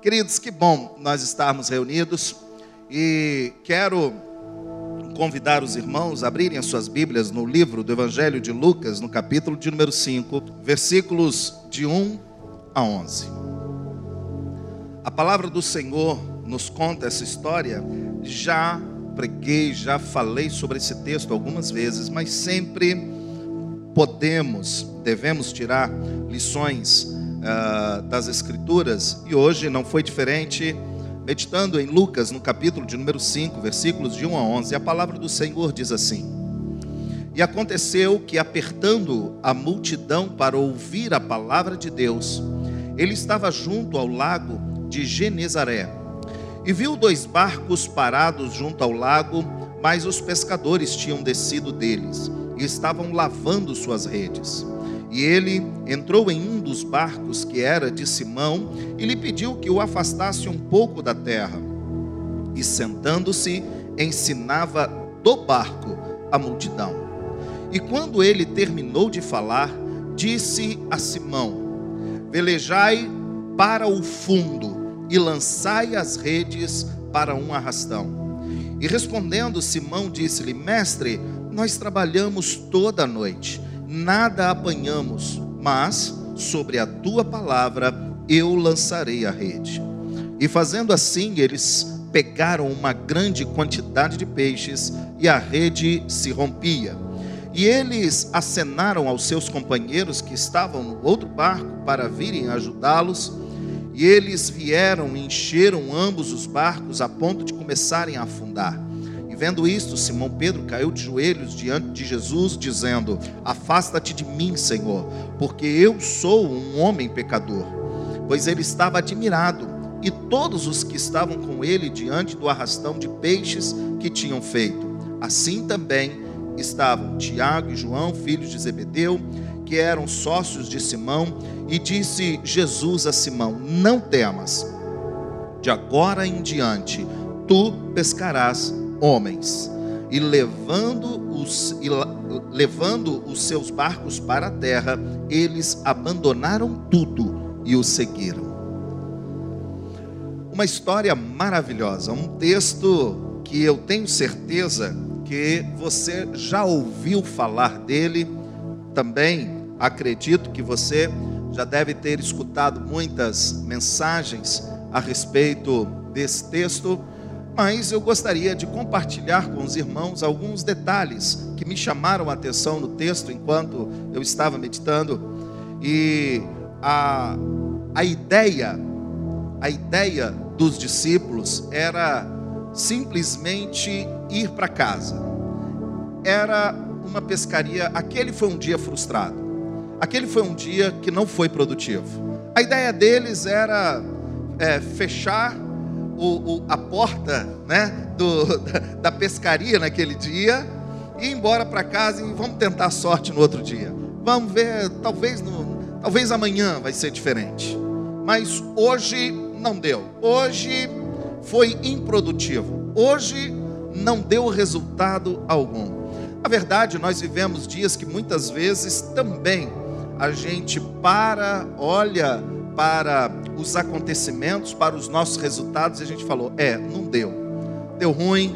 Queridos, que bom nós estarmos reunidos e quero convidar os irmãos a abrirem as suas Bíblias no livro do Evangelho de Lucas, no capítulo de número 5, versículos de 1 a 11. A palavra do Senhor nos conta essa história. Já preguei, já falei sobre esse texto algumas vezes, mas sempre devemos tirar lições das Escrituras, e hoje não foi diferente. Meditando em Lucas, no capítulo de número 5, versículos de 1 a 11, a palavra do Senhor diz assim: E aconteceu que, apertando a multidão para ouvir a palavra de Deus, ele estava junto ao lago de Genezaré, e viu 2 barcos parados junto ao lago, mas os pescadores tinham descido deles, e estavam lavando suas redes. E ele entrou em um dos barcos, que era de Simão, e lhe pediu que o afastasse um pouco da terra. E sentando-se, ensinava do barco a multidão. E quando ele terminou de falar, disse a Simão: Velejai para o fundo e lançai as redes para um arrastão. E respondendo Simão, disse-lhe: Mestre, nós trabalhamos toda a noite, nada apanhamos, mas sobre a tua palavra eu lançarei a rede. E fazendo assim, eles pegaram uma grande quantidade de peixes, e a rede se rompia. E eles acenaram aos seus companheiros que estavam no outro barco para virem ajudá-los. E eles vieram e encheram ambos os barcos a ponto de começarem a afundar. Vendo isto, Simão Pedro caiu de joelhos diante de Jesus, dizendo: Afasta-te de mim, Senhor, porque eu sou um homem pecador. Pois ele estava admirado, e todos os que estavam com ele diante do arrastão de peixes que tinham feito. Assim também estavam Tiago e João, filhos de Zebedeu, que eram sócios de Simão. E disse Jesus a Simão: Não temas, de agora em diante tu pescarás homens. E levando os seus barcos para a terra, eles abandonaram tudo e o seguiram. Uma história maravilhosa, um texto que eu tenho certeza que você já ouviu falar dele. Também acredito que você já deve ter escutado muitas mensagens a respeito desse texto. Mas eu gostaria de compartilhar com os irmãos alguns detalhes que me chamaram a atenção no texto enquanto eu estava meditando. E a ideia dos discípulos era simplesmente ir para casa. Era uma pescaria. Aquele foi um dia frustrado. Aquele foi um dia que não foi produtivo. A ideia deles era fechar a porta, né, da pescaria naquele dia, e ir embora para casa e vamos tentar a sorte no outro dia. Vamos ver, talvez amanhã vai ser diferente. Mas hoje não deu. Hoje foi improdutivo. Hoje não deu resultado algum. Na verdade, nós vivemos dias que muitas vezes também a gente olha para os acontecimentos, para os nossos resultados, e a gente falou: não deu, deu ruim,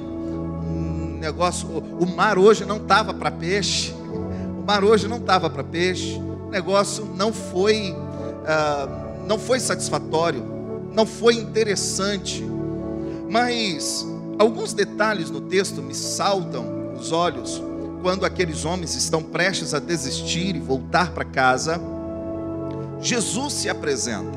o mar hoje não estava para peixe, o negócio não foi satisfatório, não foi interessante. Mas alguns detalhes no texto me saltam os olhos, quando aqueles homens estão prestes a desistir e voltar para casa. Jesus se apresenta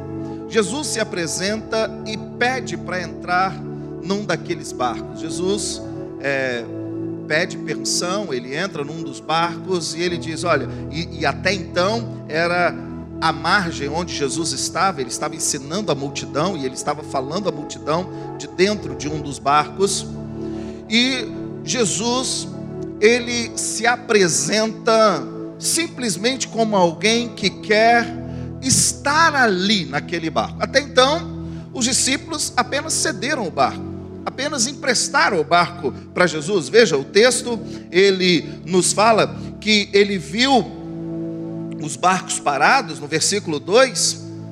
e pede para entrar num daqueles barcos. Jesus pede permissão, ele entra num dos barcos e ele diz: olha, e até então era a margem onde Jesus estava, ele estava ensinando a multidão e ele estava falando à multidão de dentro de um dos barcos. E Jesus, ele se apresenta simplesmente como alguém que quer estar ali naquele barco. Até então, os discípulos apenas cederam o barco, apenas emprestaram o barco para Jesus. Veja, o texto, ele nos fala que ele viu os barcos parados, no versículo 2,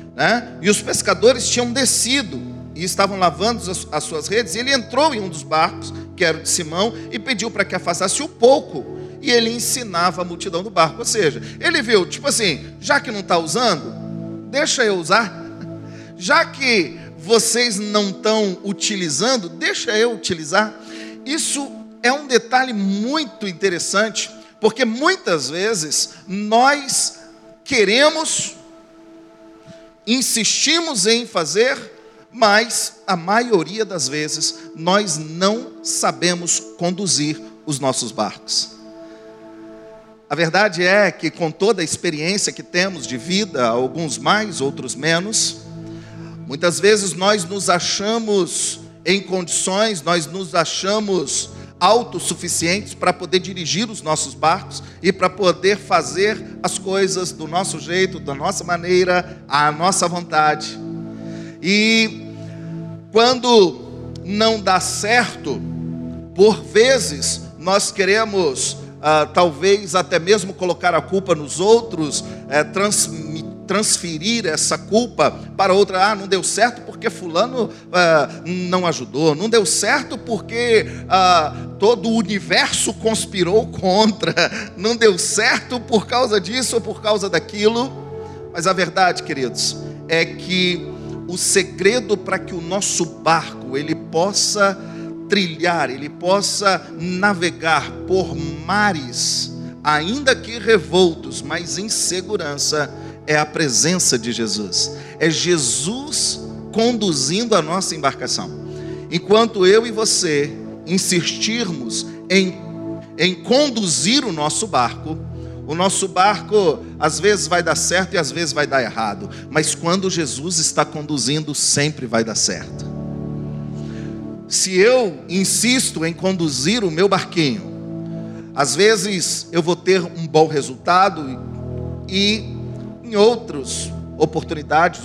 né? E os pescadores tinham descido e estavam lavando as suas redes, e ele entrou em um dos barcos, que era o de Simão, e pediu para que afastasse um pouco, e ele ensinava a multidão do barco. Ou seja, ele viu, tipo assim, já que não está usando, deixa eu usar. Já que vocês não estão utilizando, deixa eu utilizar. Isso é um detalhe muito interessante, porque muitas vezes nós queremos, insistimos em fazer, mas a maioria das vezes nós não sabemos conduzir os nossos barcos. A verdade é que, com toda a experiência que temos de vida, alguns mais, outros menos, muitas vezes nós nos achamos em condições, nós nos achamos autossuficientes para poder dirigir os nossos barcos e para poder fazer as coisas do nosso jeito, da nossa maneira, à nossa vontade. E quando não dá certo, por vezes nós queremos talvez até mesmo colocar a culpa nos outros, transferir essa culpa para outra. Não deu certo porque fulano não ajudou, não deu certo porque todo o universo conspirou contra, não deu certo por causa disso ou por causa daquilo. Mas a verdade, queridos, é que o segredo para que o nosso barco ele possa trilhar, ele possa navegar por mares, ainda que revoltos, mas em segurança, é a presença de Jesus. É Jesus conduzindo a nossa embarcação. Enquanto eu e você insistirmos em conduzir o nosso barco às vezes vai dar certo e às vezes vai dar errado, mas quando Jesus está conduzindo, sempre vai dar certo. Se eu insisto em conduzir o meu barquinho, às vezes eu vou ter um bom resultado, e em outras oportunidades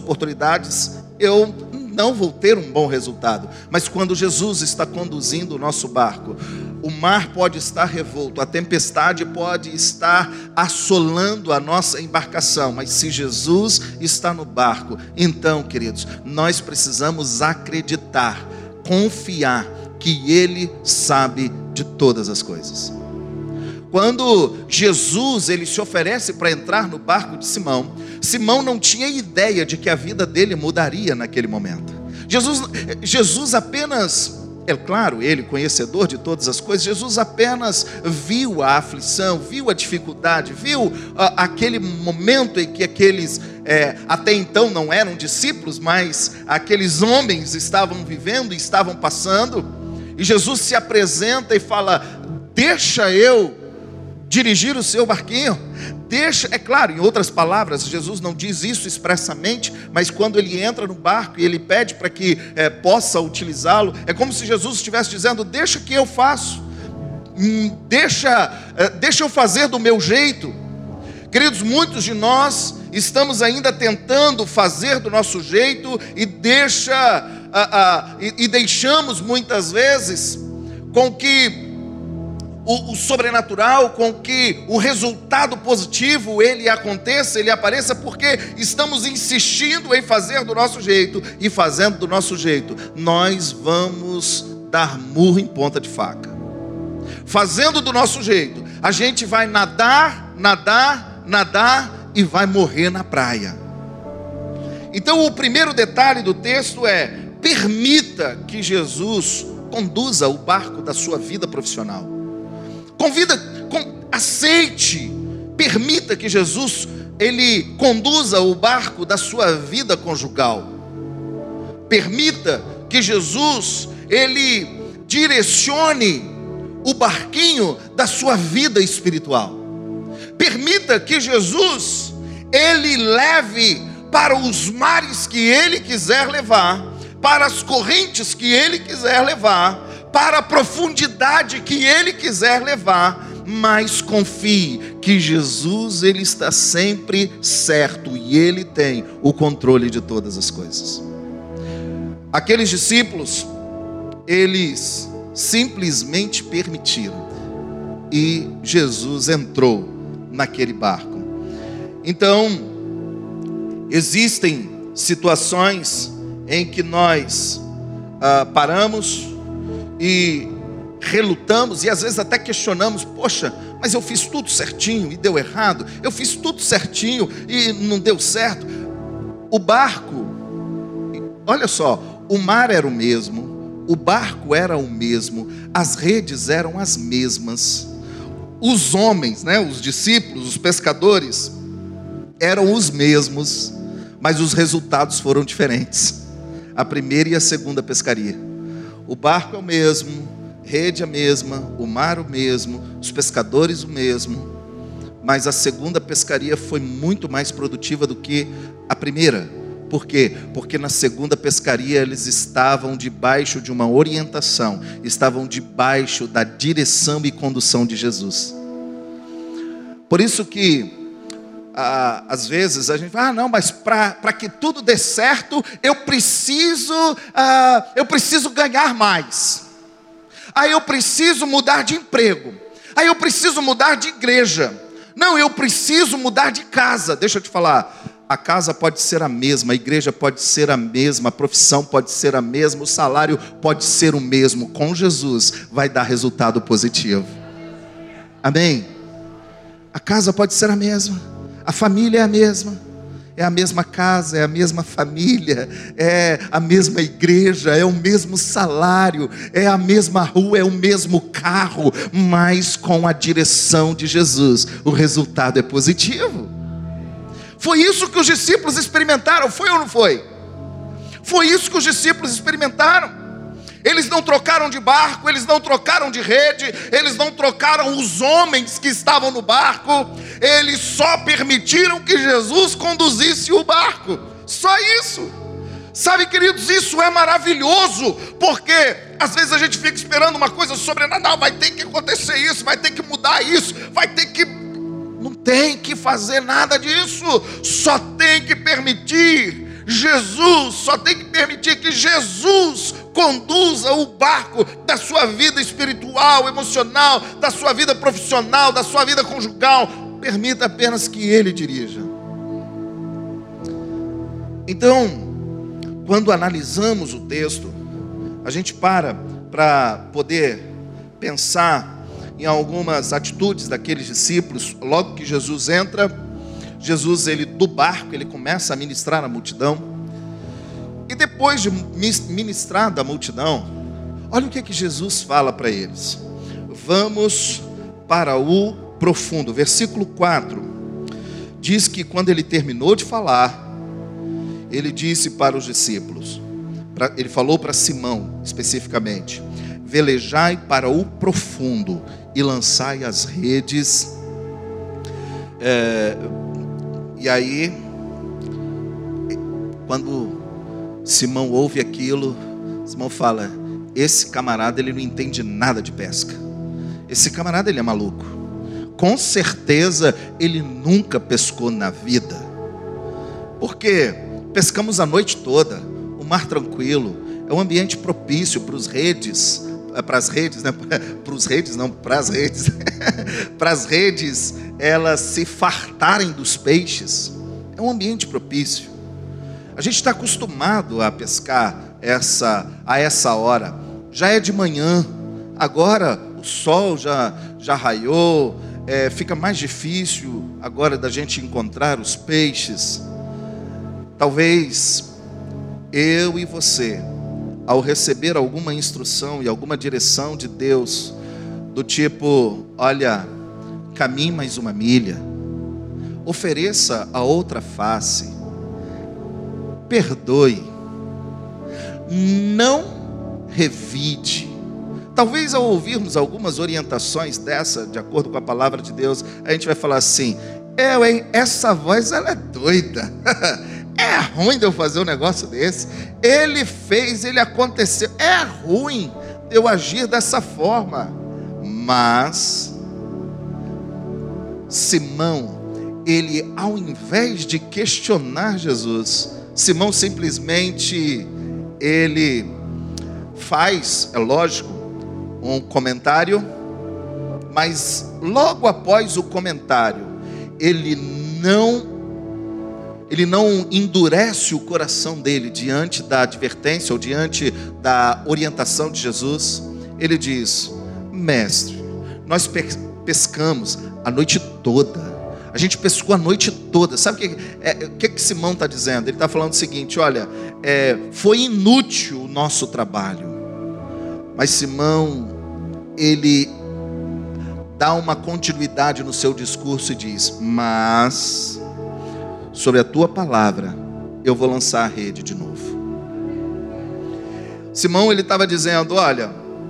eu não vou ter um bom resultado. Mas quando Jesus está conduzindo o nosso barco, o mar pode estar revolto, a tempestade pode estar assolando a nossa embarcação, mas se Jesus está no barco, então, queridos, nós precisamos acreditar, confiar que Ele sabe de todas as coisas. Quando Jesus ele se oferece para entrar no barco de Simão, Simão não tinha ideia de que a vida dele mudaria naquele momento. Jesus apenas, é claro, ele conhecedor de todas as coisas, Jesus apenas viu a aflição, viu a dificuldade, viu aquele momento em que aqueles, até então não eram discípulos, mas aqueles homens estavam vivendo e estavam passando, e Jesus se apresenta e fala: deixa eu dirigir o seu barquinho, deixa. É claro, em outras palavras, Jesus não diz isso expressamente, mas quando ele entra no barco e ele pede para que possa utilizá-lo, é como se Jesus estivesse dizendo: deixa que eu faço, deixa eu fazer do meu jeito. Queridos, muitos de nós estamos ainda tentando fazer do nosso jeito e deixamos muitas vezes com que o sobrenatural, com que o resultado positivo ele aconteça, ele apareça, porque estamos insistindo em fazer do nosso jeito, e fazendo do nosso jeito, nós vamos dar murro em ponta de faca. Fazendo do nosso jeito, a gente vai nadar e vai morrer na praia. Então o primeiro detalhe do texto é: permita que Jesus conduza o barco da sua vida profissional. Aceite, permita que Jesus ele conduza o barco da sua vida conjugal. Permita que Jesus ele direcione o barquinho da sua vida espiritual. Permita que Jesus ele leve para os mares que ele quiser levar, para as correntes que ele quiser levar, para a profundidade que ele quiser levar, mas confie que Jesus ele está sempre certo e ele tem o controle de todas as coisas. Aqueles discípulos, eles simplesmente permitiram, e Jesus entrou naquele barco. Então Existem situações em que nós paramos e relutamos e às vezes até questionamos: poxa, mas eu fiz tudo certinho e deu errado, eu fiz tudo certinho e não deu certo. O barco, olha só, o mar era o mesmo, o barco era o mesmo, as redes eram as mesmas, os homens, os discípulos, os pescadores eram os mesmos, mas os resultados foram diferentes. A primeira e a segunda pescaria, o barco é o mesmo, rede a mesma, o mar o mesmo, os pescadores o mesmo, mas a segunda pescaria foi muito mais produtiva do que a primeira. Por quê? Porque na segunda pescaria eles estavam debaixo de uma orientação, estavam debaixo da direção e condução de Jesus. Por isso que às vezes a gente fala: não, mas para que tudo dê certo eu preciso ganhar mais. Aí eu preciso mudar de emprego. Aí eu preciso mudar de igreja. Não, eu preciso mudar de casa. Deixa eu te falar, a casa pode ser a mesma, a igreja pode ser a mesma, a profissão pode ser a mesma, o salário pode ser o mesmo. Com Jesus vai dar resultado positivo. Amém? A casa pode ser a mesma, a família é a mesma. É a mesma casa, é a mesma família, é a mesma igreja, é o mesmo salário, é a mesma rua, é o mesmo carro, mas com a direção de Jesus, o resultado é positivo. Foi isso que os discípulos experimentaram, foi ou não foi? Foi isso que os discípulos experimentaram. Eles não trocaram de barco, eles não trocaram de rede, eles não trocaram os homens que estavam no barco, eles só permitiram que Jesus conduzisse o barco, só isso. Sabe, queridos, isso é maravilhoso, porque às vezes a gente fica esperando uma coisa sobrenatural, vai ter que acontecer isso, vai ter que mudar isso, vai ter que... Não tem que fazer nada disso, só tem que permitir Jesus, só tem que permitir que Jesus conduza o barco da sua vida espiritual, emocional, da sua vida profissional, da sua vida conjugal. Permita apenas que Ele dirija. Então, quando analisamos o texto, a gente para poder pensar em algumas atitudes daqueles discípulos. Logo que Jesus entra, ele do barco, ele começa a ministrar a multidão. E depois de ministrar da multidão, olha o que Jesus fala para eles: vamos para o profundo. Versículo 4 diz que quando ele terminou de falar, ele disse para os discípulos, ele falou para Simão especificamente: velejai para o profundo e lançai as redes. E aí, quando Simão ouve aquilo, Simão fala: esse camarada, ele não entende nada de pesca. Esse camarada, ele é maluco. Com certeza, ele nunca pescou na vida. Porque pescamos a noite toda, o mar tranquilo, é um ambiente propício para as redes, para as redes, elas se fartarem dos peixes. É um ambiente propício. A gente está acostumado a pescar a essa hora. Já é de manhã, agora o sol já raiou, fica mais difícil agora da gente encontrar os peixes. Talvez eu e você, ao receber alguma instrução e alguma direção de Deus, do tipo: olha, caminhe mais uma milha, ofereça a outra face, perdoe, não revide. Talvez ao ouvirmos algumas orientações dessa, de acordo com a palavra de Deus, a gente vai falar assim: essa voz, ela é doida. É ruim de eu fazer um negócio desse. Ele fez, ele aconteceu. É ruim de eu agir dessa forma. Mas Simão, ele, ao invés de questionar Jesus, Simão simplesmente, ele faz, é lógico, um comentário, mas logo após o comentário, ele não ele não endurece o coração dele diante da advertência ou diante da orientação de Jesus. Ele diz: mestre, nós pescamos a noite toda. A gente pescou a noite toda. Sabe o que Simão está dizendo? Ele está falando o seguinte: olha, foi inútil o nosso trabalho. Mas Simão, ele dá uma continuidade no seu discurso e diz: mas sobre a tua palavra eu vou lançar a rede de novo. Simão, ele estava dizendo: olha,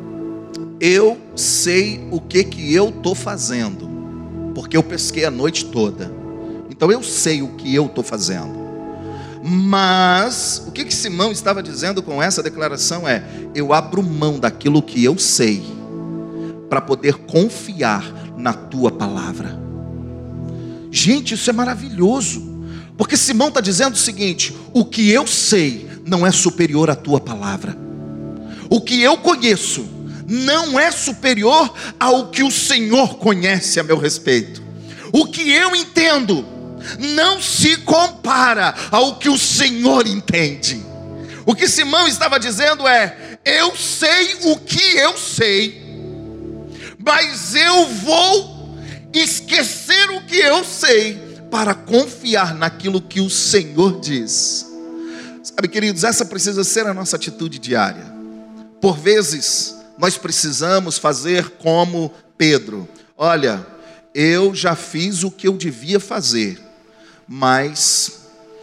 eu sei o que eu estou fazendo, porque eu pesquei a noite toda. Então eu sei o que eu estou fazendo. Mas o que Simão estava dizendo com essa declaração eu abro mão daquilo que eu sei para poder confiar na tua palavra. Gente, isso é maravilhoso, porque Simão está dizendo o seguinte: o que eu sei não é superior à tua palavra. O que eu conheço não é superior ao que o Senhor conhece a meu respeito. O que eu entendo não se compara ao que o Senhor entende. O que Simão estava dizendo eu sei o que eu sei, mas eu vou esquecer o que eu sei para confiar naquilo que o Senhor diz. Sabe, queridos, essa precisa ser a nossa atitude diária. Por vezes nós precisamos fazer como Pedro: olha, eu já fiz o que eu devia fazer, mas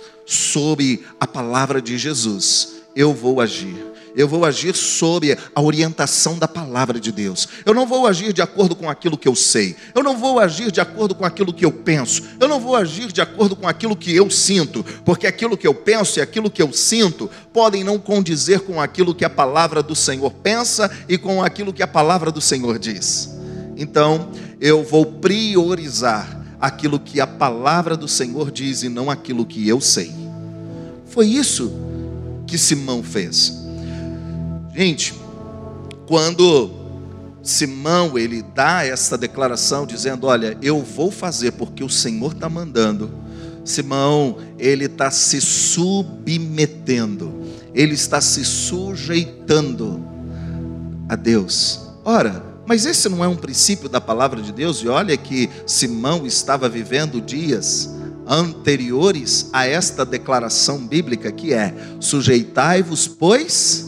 sob a palavra de Jesus eu vou agir. Eu vou agir sob a orientação da palavra de Deus. Eu não vou agir de acordo com aquilo que eu sei. Eu não vou agir de acordo com aquilo que eu penso. Eu não vou agir de acordo com aquilo que eu sinto, porque aquilo que eu penso e aquilo que eu sinto podem não condizer com aquilo que a palavra do Senhor pensa e com aquilo que a palavra do Senhor diz. Então, eu vou priorizar aquilo que a palavra do Senhor diz e não aquilo que eu sei. Foi isso que Simão fez. Gente, quando Simão ele dá essa declaração dizendo: olha, eu vou fazer porque o Senhor está mandando, Simão, ele está se submetendo, ele está se sujeitando a Deus. Ora, mas esse não é um princípio da palavra de Deus? E olha que Simão estava vivendo dias anteriores a esta declaração bíblica, que sujeitai-vos, pois,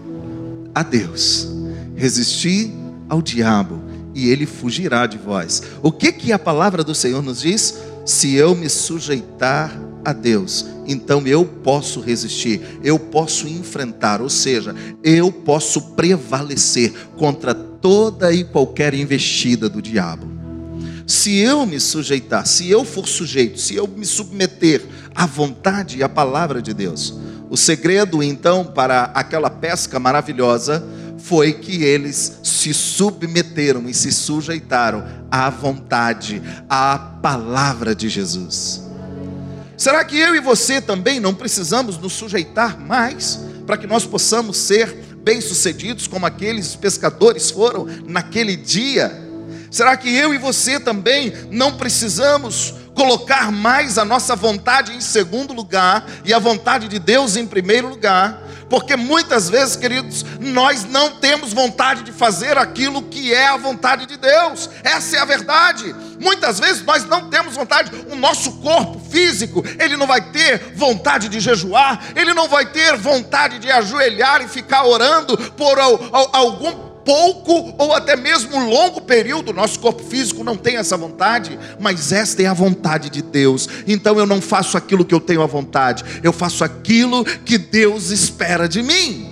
a Deus, resisti ao diabo e ele fugirá de vós. O que a palavra do Senhor nos diz? Se eu me sujeitar a Deus, então eu posso resistir, eu posso enfrentar, ou seja, eu posso prevalecer contra toda e qualquer investida do diabo. Se eu me sujeitar, se eu for sujeito, se eu me submeter à vontade e à palavra de Deus. O segredo então para aquela pesca maravilhosa foi que eles se submeteram e se sujeitaram à vontade, à palavra de Jesus. Será que eu e você também não precisamos nos sujeitar mais para que nós possamos ser bem-sucedidos como aqueles pescadores foram naquele dia? Será que eu e você também não precisamos colocar mais a nossa vontade em segundo lugar e a vontade de Deus em primeiro lugar? Porque muitas vezes, queridos, nós não temos vontade de fazer aquilo que é a vontade de Deus. Essa é a verdade. Muitas vezes nós não temos vontade. O nosso corpo físico, ele não vai ter vontade de jejuar, ele não vai ter vontade de ajoelhar e ficar orando por algum pouco ou até mesmo longo período. Nosso corpo físico não tem essa vontade, mas esta é a vontade de Deus. Então eu não faço aquilo que eu tenho a vontade, eu faço aquilo que Deus espera de mim.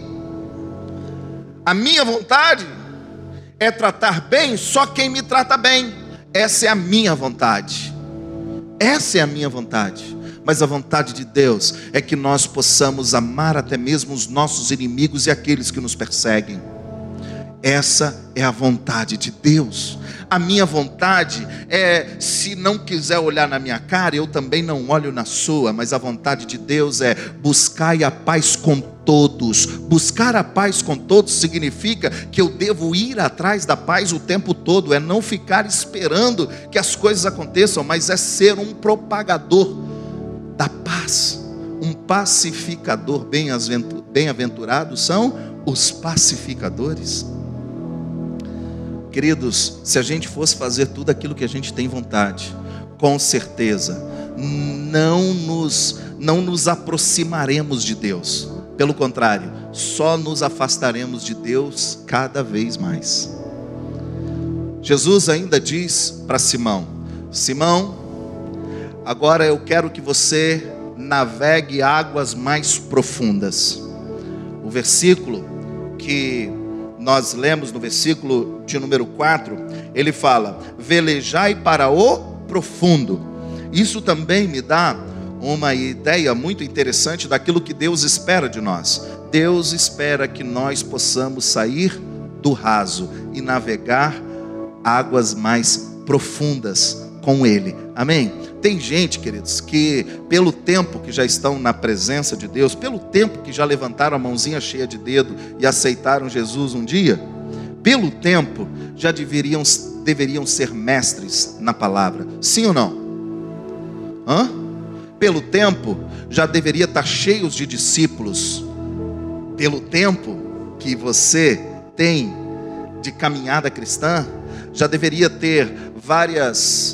A minha vontade é tratar bem só quem me trata bem. Essa é a minha vontade. Essa é a minha vontade. Mas a vontade de Deus é que nós possamos amar até mesmo os nossos inimigos e aqueles que nos perseguem. Essa é a vontade de Deus. A minha vontade se não quiser olhar na minha cara, eu também não olho na sua. Mas a vontade de Deus é: buscai a paz com todos. Buscar a paz com todos significa que eu devo ir atrás da paz o tempo todo. É não ficar esperando que as coisas aconteçam, mas é ser um propagador da paz. Um pacificador, bem-aventurados são os pacificadores. Queridos, se a gente fosse fazer tudo aquilo que a gente tem vontade, com certeza não nos aproximaremos de Deus. Pelo contrário, só nos afastaremos de Deus cada vez mais. Jesus ainda diz para Simão: Simão, agora eu quero que você navegue águas mais profundas. O versículo que nós lemos, no versículo de número 4, ele fala: velejai para o profundo. Isso também me dá uma ideia muito interessante daquilo que Deus espera de nós. Deus espera que nós possamos sair do raso e navegar águas mais profundas com Ele. Amém? Tem gente, queridos, que pelo tempo que já estão na presença de Deus, pelo tempo que já levantaram a mãozinha cheia de dedo e aceitaram Jesus um dia, pelo tempo já deveriam ser mestres na palavra. Sim ou não? Pelo tempo já deveria estar cheios de discípulos. Pelo tempo que você tem de caminhada cristã, já deveria ter várias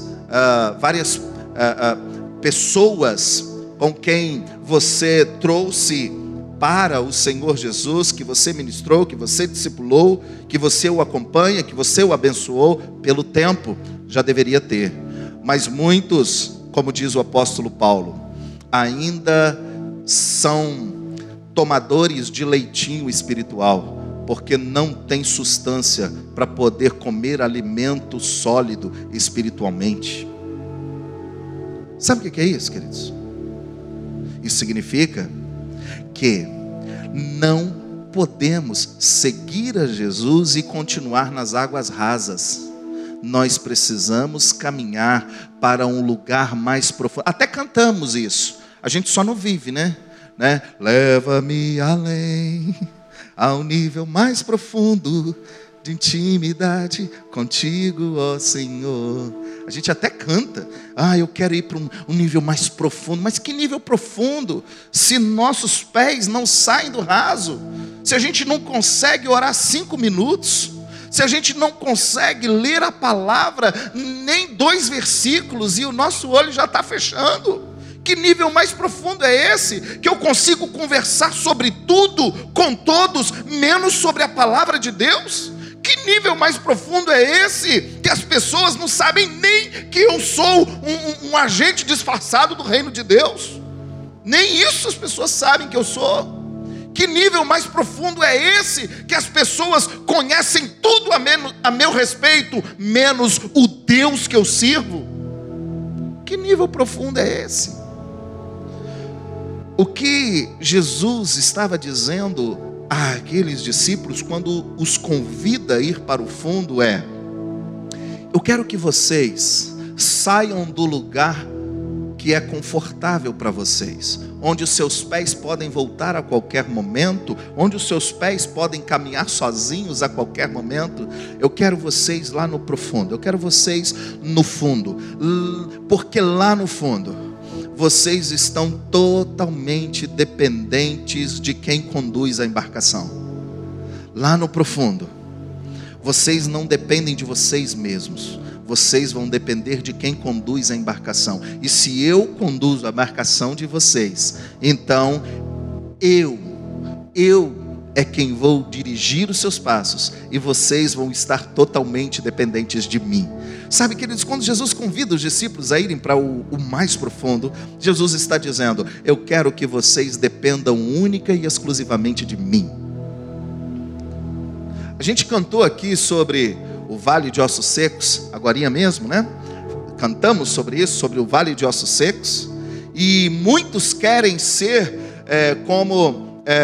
pessoas com quem você trouxe para o Senhor Jesus, que você ministrou, que você discipulou, que você o acompanha, que você o abençoou. Pelo tempo já deveria ter. Mas muitos, como diz o apóstolo Paulo, ainda são tomadores de leitinho espiritual, porque não tem substância para poder comer alimento sólido espiritualmente. Sabe o que é isso, queridos? Isso significa que não podemos seguir a Jesus e continuar nas águas rasas. Nós precisamos caminhar para um lugar mais profundo. Até cantamos isso, a gente só não vive, né? Leva-me além, ao nível mais profundo de intimidade contigo, ó Senhor. A gente até canta: eu quero ir para um nível mais profundo. Mas que nível profundo? Se nossos pés não saem do raso, se a gente não consegue orar 5 minutos, se a gente não consegue ler a palavra, nem 2 versículos, e o nosso olho já está fechando. Que nível mais profundo é esse? Que eu consigo conversar sobre tudo, com todos, menos sobre a palavra de Deus? Que nível mais profundo é esse? Que as pessoas não sabem nem que eu sou um agente disfarçado do reino de Deus. Nem isso as pessoas sabem que eu sou. Que nível mais profundo é esse? Que as pessoas conhecem tudo a meu respeito, menos o Deus que eu sirvo. Que nível profundo é esse? O que Jesus estava dizendo àqueles discípulos quando os convida a ir para o fundo é: eu quero que vocês saiam do lugar que é confortável para vocês, onde os seus pés podem voltar a qualquer momento, onde os seus pés podem caminhar sozinhos a qualquer momento. Eu quero vocês lá no profundo, eu quero vocês no fundo, porque lá no fundo vocês estão totalmente dependentes de quem conduz a embarcação. Lá no profundo, vocês não dependem de vocês mesmos. Vocês vão depender de quem conduz a embarcação. E se eu conduzo a embarcação de vocês, então eu é quem vou dirigir os seus passos, e vocês vão estar totalmente dependentes de mim. Sabe, queridos, quando Jesus convida os discípulos a irem para o mais profundo, Jesus está dizendo: eu quero que vocês dependam única e exclusivamente de mim. A gente cantou aqui sobre o Vale de Ossos Secos, agorinha mesmo, né? Cantamos sobre isso, sobre o Vale de Ossos Secos. E muitos querem ser como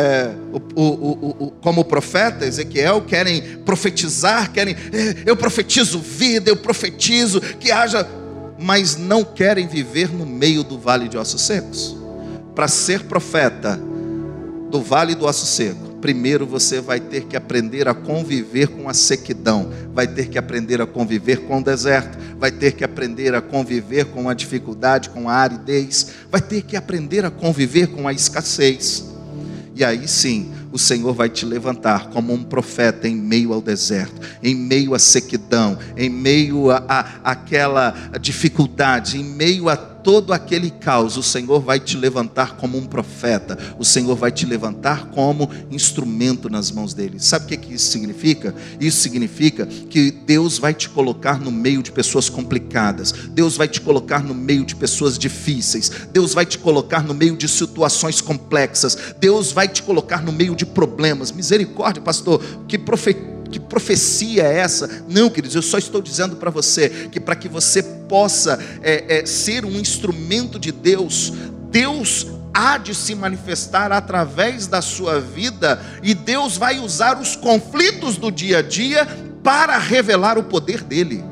o profeta Ezequiel, querem profetizar, eu profetizo vida, eu profetizo que haja, mas não querem viver no meio do Vale de Ossos Secos. Para ser profeta do Vale do Osso Seco, primeiro você vai ter que aprender a conviver com a sequidão, vai ter que aprender a conviver com o deserto, vai ter que aprender a conviver com a dificuldade, com a aridez, vai ter que aprender a conviver com a escassez. E aí sim, o Senhor vai te levantar como um profeta em meio ao deserto, em meio à sequidão, em meio àquela dificuldade, em meio a todo aquele caos. O Senhor vai te levantar como um profeta, o Senhor vai te levantar como instrumento nas mãos dele. Sabe o que isso significa? Isso significa que Deus vai te colocar no meio de pessoas complicadas, Deus vai te colocar no meio de pessoas difíceis, Deus vai te colocar no meio de situações complexas, Deus vai te colocar no meio de problemas. Misericórdia, pastor, que profecia é essa? Não, queridos, eu só estou dizendo para você que para que você possa ser um instrumento de Deus, Deus há de se manifestar através da sua vida, e Deus vai usar os conflitos do dia a dia para revelar o poder dele.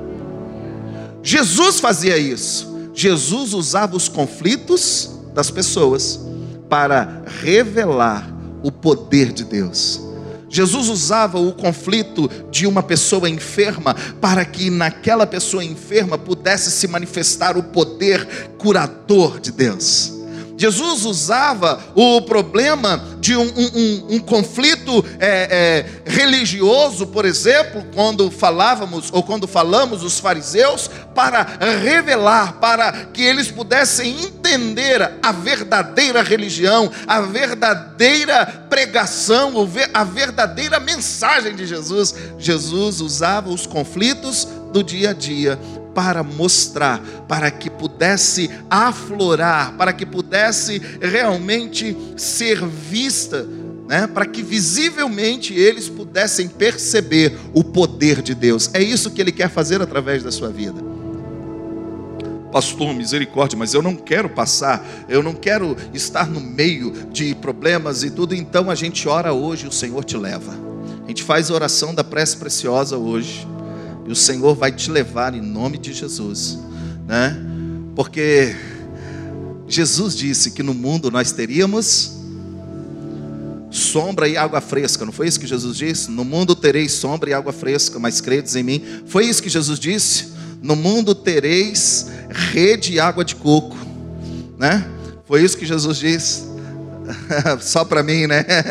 Jesus fazia isso. Jesus usava os conflitos das pessoas para revelar o poder de Deus. Jesus usava o conflito de uma pessoa enferma para que naquela pessoa enferma pudesse se manifestar o poder curador de Deus. Jesus usava o problema de um conflito religioso, por exemplo, quando falamos os fariseus, para revelar, para que eles pudessem entender a verdadeira religião, a verdadeira pregação, a verdadeira mensagem de Jesus. Jesus usava os conflitos do dia a dia para mostrar, para que pudesse aflorar, para que pudesse realmente ser vista, para que visivelmente eles pudessem perceber o poder de Deus. É isso que Ele quer fazer através da sua vida. Pastor, misericórdia, mas eu não quero passar, eu não quero estar no meio de problemas e tudo. Então a gente ora hoje, o Senhor te leva. A gente faz a oração da prece preciosa hoje, e o Senhor vai te levar em nome de Jesus, Porque Jesus disse que no mundo nós teríamos sombra e água fresca. Não foi isso que Jesus disse? No mundo tereis sombra e água fresca, mas credes em mim. Foi isso que Jesus disse? No mundo tereis rede e água de coco, Foi isso que Jesus disse? Só para mim,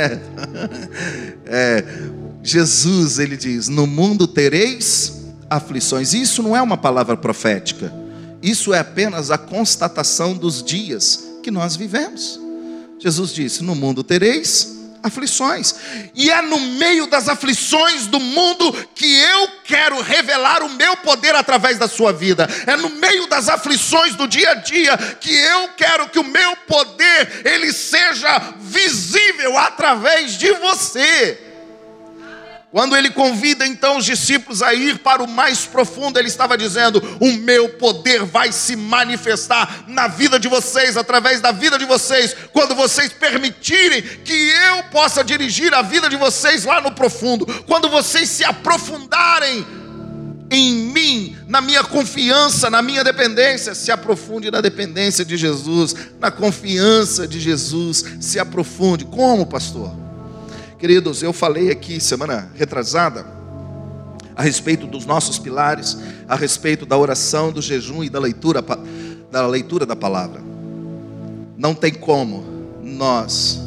Jesus, ele diz: no mundo tereis aflições. Isso não é uma palavra profética, isso é apenas a constatação dos dias que nós vivemos. Jesus disse: no mundo tereis aflições, e é no meio das aflições do mundo que eu quero revelar o meu poder através da sua vida. É no meio das aflições do dia a dia que eu quero que o meu poder ele seja visível através de você. Quando ele convida então os discípulos a ir para o mais profundo, ele estava dizendo: o meu poder vai se manifestar na vida de vocês, através da vida de vocês, quando vocês permitirem que eu possa dirigir a vida de vocês lá no profundo, quando vocês se aprofundarem em mim, na minha confiança, na minha dependência. Se aprofunde na dependência de Jesus, na confiança de Jesus, se aprofunde. Como, pastor? Queridos, eu falei aqui semana retrasada a respeito dos nossos pilares, a respeito da oração, do jejum e da leitura da palavra. Não tem como nós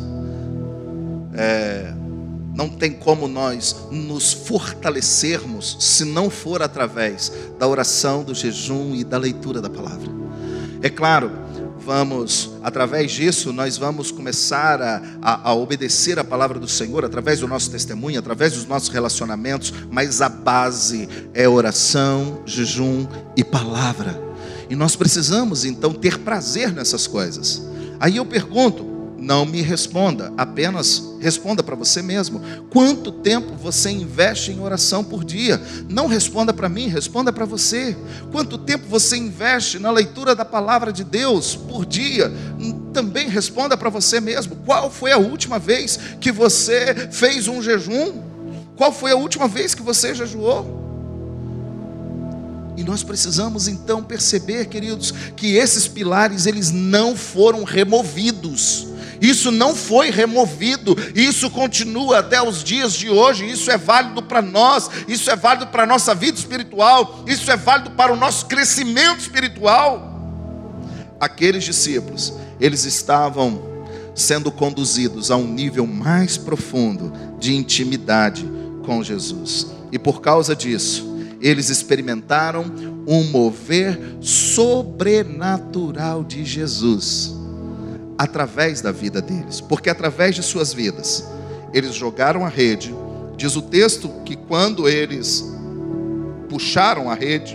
nos fortalecermos se não for através da oração, do jejum e da leitura da palavra. É claro, através disso, nós vamos começar a obedecer a palavra do Senhor, através do nosso testemunho, através dos nossos relacionamentos, mas a base é oração, jejum e palavra. E nós precisamos então ter prazer nessas coisas. Aí eu pergunto, não me responda, apenas responda para você mesmo: quanto tempo você investe em oração por dia? Não responda para mim, responda para você. Quanto tempo você investe na leitura da palavra de Deus por dia? Também responda para você mesmo. Qual foi a última vez que você fez um jejum? Qual foi a última vez que você jejuou? E nós precisamos então perceber, queridos, que esses pilares eles não foram removidos. Isso não foi removido, isso continua até os dias de hoje. Isso é válido para nós, isso é válido para a nossa vida espiritual, isso é válido para o nosso crescimento espiritual. Aqueles discípulos, eles estavam sendo conduzidos a um nível mais profundo de intimidade com Jesus. E por causa disso, eles experimentaram um mover sobrenatural de Jesus através da vida deles, porque através de suas vidas eles jogaram a rede. Diz o texto que quando eles puxaram a rede,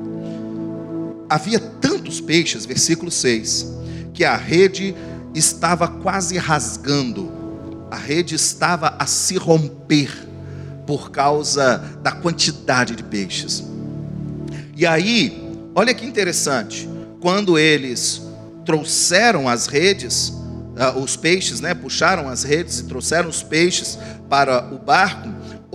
havia tantos peixes, versículo 6, que a rede estava quase rasgando, a rede estava a se romper por causa da quantidade de peixes. E aí, olha que interessante, quando eles trouxeram as redes, os peixes, puxaram as redes e trouxeram os peixes para o barco,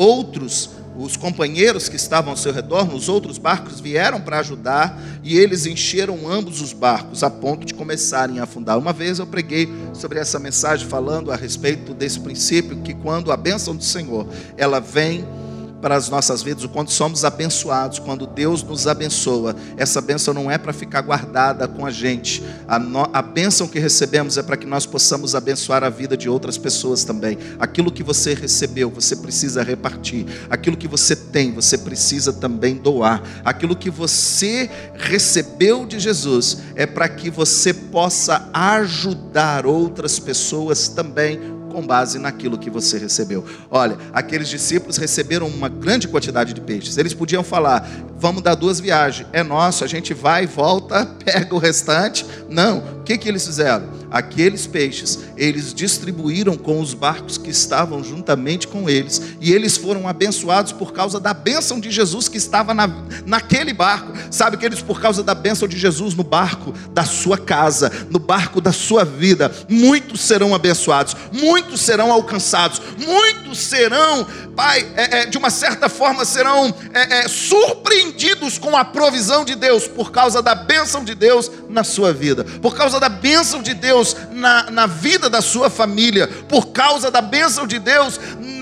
os companheiros que estavam ao seu redor, nos outros barcos, vieram para ajudar, e eles encheram ambos os barcos, a ponto de começarem a afundar. Uma vez eu preguei sobre essa mensagem, falando a respeito desse princípio, que quando a bênção do Senhor, ela vem para as nossas vidas, ou quando somos abençoados, quando Deus nos abençoa, essa bênção não é para ficar guardada com a gente. A bênção que recebemos é para que nós possamos abençoar a vida de outras pessoas também. Aquilo que você recebeu, você precisa repartir. Aquilo que você tem, você precisa também doar. Aquilo que você recebeu de Jesus é para que você possa ajudar outras pessoas também, com base naquilo que você recebeu. Olha, aqueles discípulos receberam uma grande quantidade de peixes. Eles podiam falar: vamos dar 2 viagens, é nosso, a gente vai e volta, pega o restante. Não, o que eles fizeram? Aqueles peixes, eles distribuíram com os barcos que estavam juntamente com eles, e eles foram abençoados por causa da bênção de Jesus que estava naquele barco. Sabe, queridos, por causa da bênção de Jesus no barco da sua casa, no barco da sua vida, muitos serão abençoados, muitos serão alcançados, muitos serão, Pai, de uma certa forma serão surpreendidos com a provisão de Deus, por causa da bênção de Deus na sua vida, por causa da bênção de Deus na vida da sua família, por causa da bênção de Deus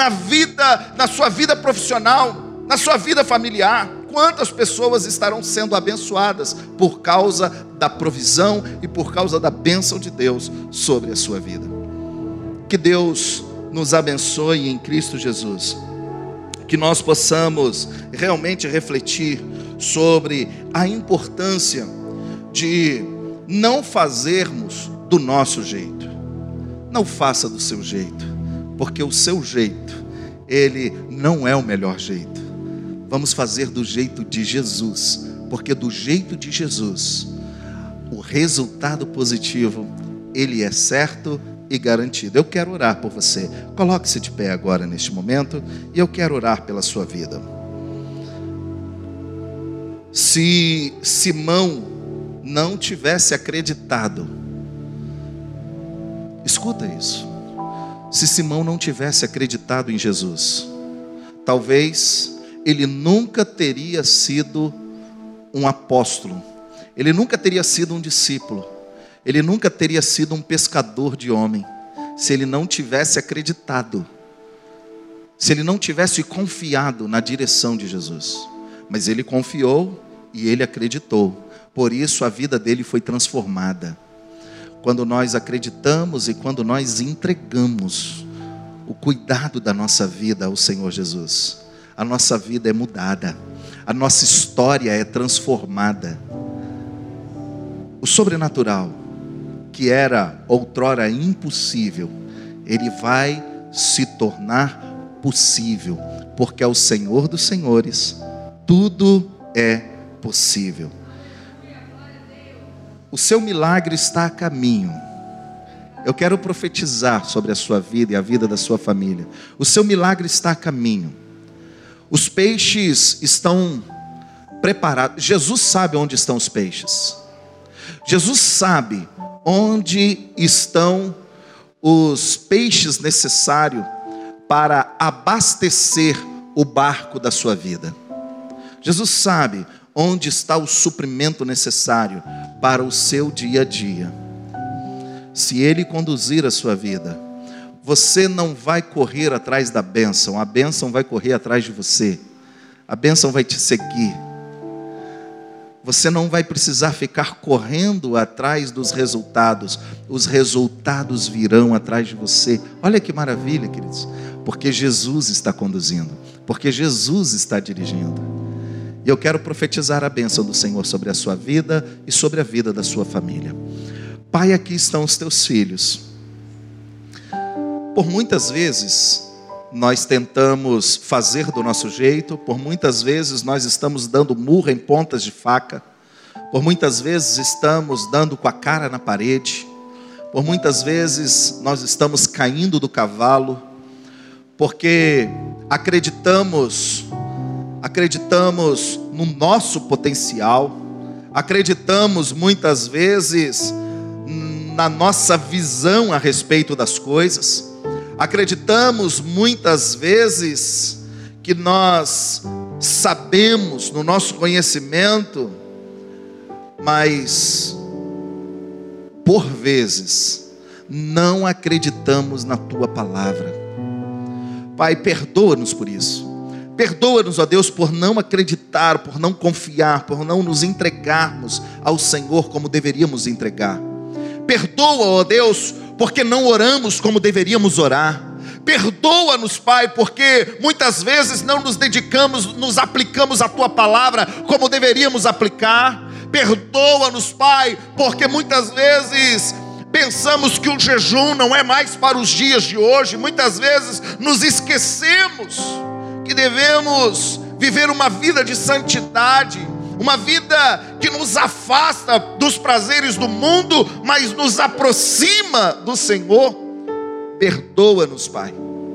na sua vida profissional, na sua vida familiar. Quantas pessoas estarão sendo abençoadas por causa da provisão e por causa da bênção de Deus sobre a sua vida? Que Deus nos abençoe em Cristo Jesus, que nós possamos realmente refletir sobre a importância de não fazermos do nosso jeito. Não faça do seu jeito, porque o seu jeito, ele não é o melhor jeito. Vamos fazer do jeito de Jesus, porque do jeito de Jesus, o resultado positivo, ele é certo e garantido. Eu quero orar por você. Coloque-se de pé agora neste momento, e eu quero orar pela sua vida. Se Simão não tivesse acreditado, escuta isso, se Simão não tivesse acreditado em Jesus, talvez ele nunca teria sido um apóstolo, ele nunca teria sido um discípulo, ele nunca teria sido um pescador de homem, se ele não tivesse acreditado, se ele não tivesse confiado na direção de Jesus. Mas ele confiou e ele acreditou, por isso a vida dele foi transformada. Quando nós acreditamos e quando nós entregamos o cuidado da nossa vida ao Senhor Jesus, a nossa vida é mudada, a nossa história é transformada. O sobrenatural, que era outrora impossível, ele vai se tornar possível, porque ao Senhor dos Senhores tudo é possível. O seu milagre está a caminho. Eu quero profetizar sobre a sua vida e a vida da sua família. O seu milagre está a caminho. Os peixes estão preparados. Jesus sabe onde estão os peixes. Jesus sabe onde estão os peixes necessários para abastecer o barco da sua vida. Jesus sabe onde está o suprimento necessário para o seu dia a dia. se Ele conduzir a sua vida, você não vai correr atrás da bênção, a bênção vai correr atrás de você, a bênção vai te seguir. Você não vai precisar ficar correndo atrás dos resultados, os resultados virão atrás de você. Olha que maravilha, queridos, porque Jesus está conduzindo, porque Jesus está dirigindo. E eu quero profetizar a bênção do Senhor sobre a sua vida e sobre a vida da sua família. Pai, aqui estão os teus filhos. Por muitas vezes nós tentamos fazer do nosso jeito, por muitas vezes nós estamos dando murro em pontas de faca, por muitas vezes estamos dando com a cara na parede, por muitas vezes nós estamos caindo do cavalo, porque acreditamos no nosso potencial, acreditamos muitas vezes na nossa visão a respeito das coisas, acreditamos muitas vezes que nós sabemos no nosso conhecimento, mas por vezes não acreditamos na tua palavra. Pai, perdoa-nos por isso. Perdoa-nos, ó Deus, por não acreditar, por não confiar, por não nos entregarmos ao Senhor como deveríamos entregar. Perdoa, ó Deus, porque não oramos como deveríamos orar. Perdoa-nos, Pai, porque muitas vezes não nos dedicamos, nos aplicamos a Tua palavra como deveríamos aplicar. Perdoa-nos, Pai, porque muitas vezes pensamos que o jejum não é mais para os dias de hoje. Muitas vezes nos esquecemos que devemos viver uma vida de santidade, uma vida que nos afasta dos prazeres do mundo, mas nos aproxima do Senhor. Perdoa-nos, Pai.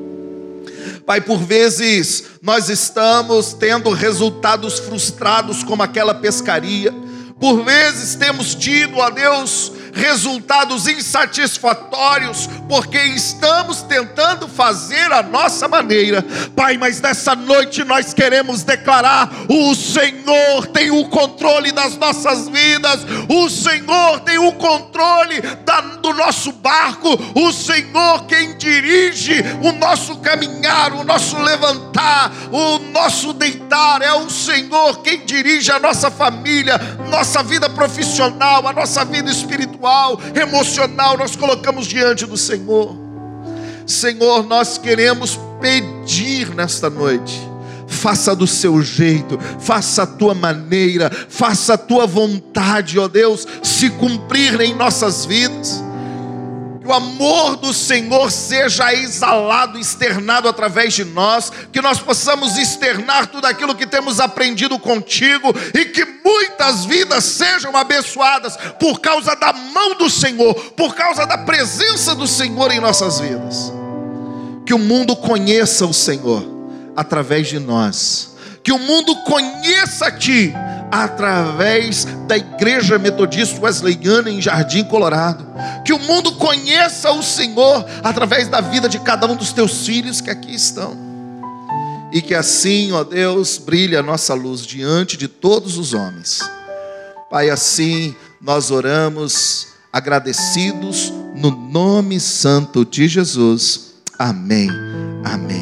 Pai, por vezes nós estamos tendo resultados frustrados como aquela pescaria. Por vezes temos tido, ó Deus, resultados insatisfatórios, porque estamos tentando fazer a nossa maneira. Pai, mas nessa noite nós queremos declarar: o Senhor tem o controle das nossas vidas, o Senhor tem o controle do nosso barco, o Senhor quem dirige o nosso caminhar, o nosso levantar, o nosso deitar. É o Senhor quem dirige a nossa família, nossa vida profissional, a nossa vida espiritual, emocional. Nós colocamos diante do Senhor. Senhor, nós queremos pedir nesta noite: faça do seu jeito, faça a tua maneira, faça a tua vontade, ó Deus, se cumprir em nossas vidas. Que o amor do Senhor seja exalado, externado através de nós, que nós possamos externar tudo aquilo que temos aprendido contigo, e que muitas vidas sejam abençoadas por causa da mão do Senhor, por causa da presença do Senhor em nossas vidas. Que o mundo conheça o Senhor através de nós, que o mundo conheça-te através da Igreja Metodista Wesleyana em Jardim Colorado, que o mundo conheça o Senhor através da vida de cada um dos teus filhos que aqui estão, e que assim, ó Deus, brilhe a nossa luz diante de todos os homens. Pai, assim nós oramos agradecidos no nome santo de Jesus. Amém. Amém.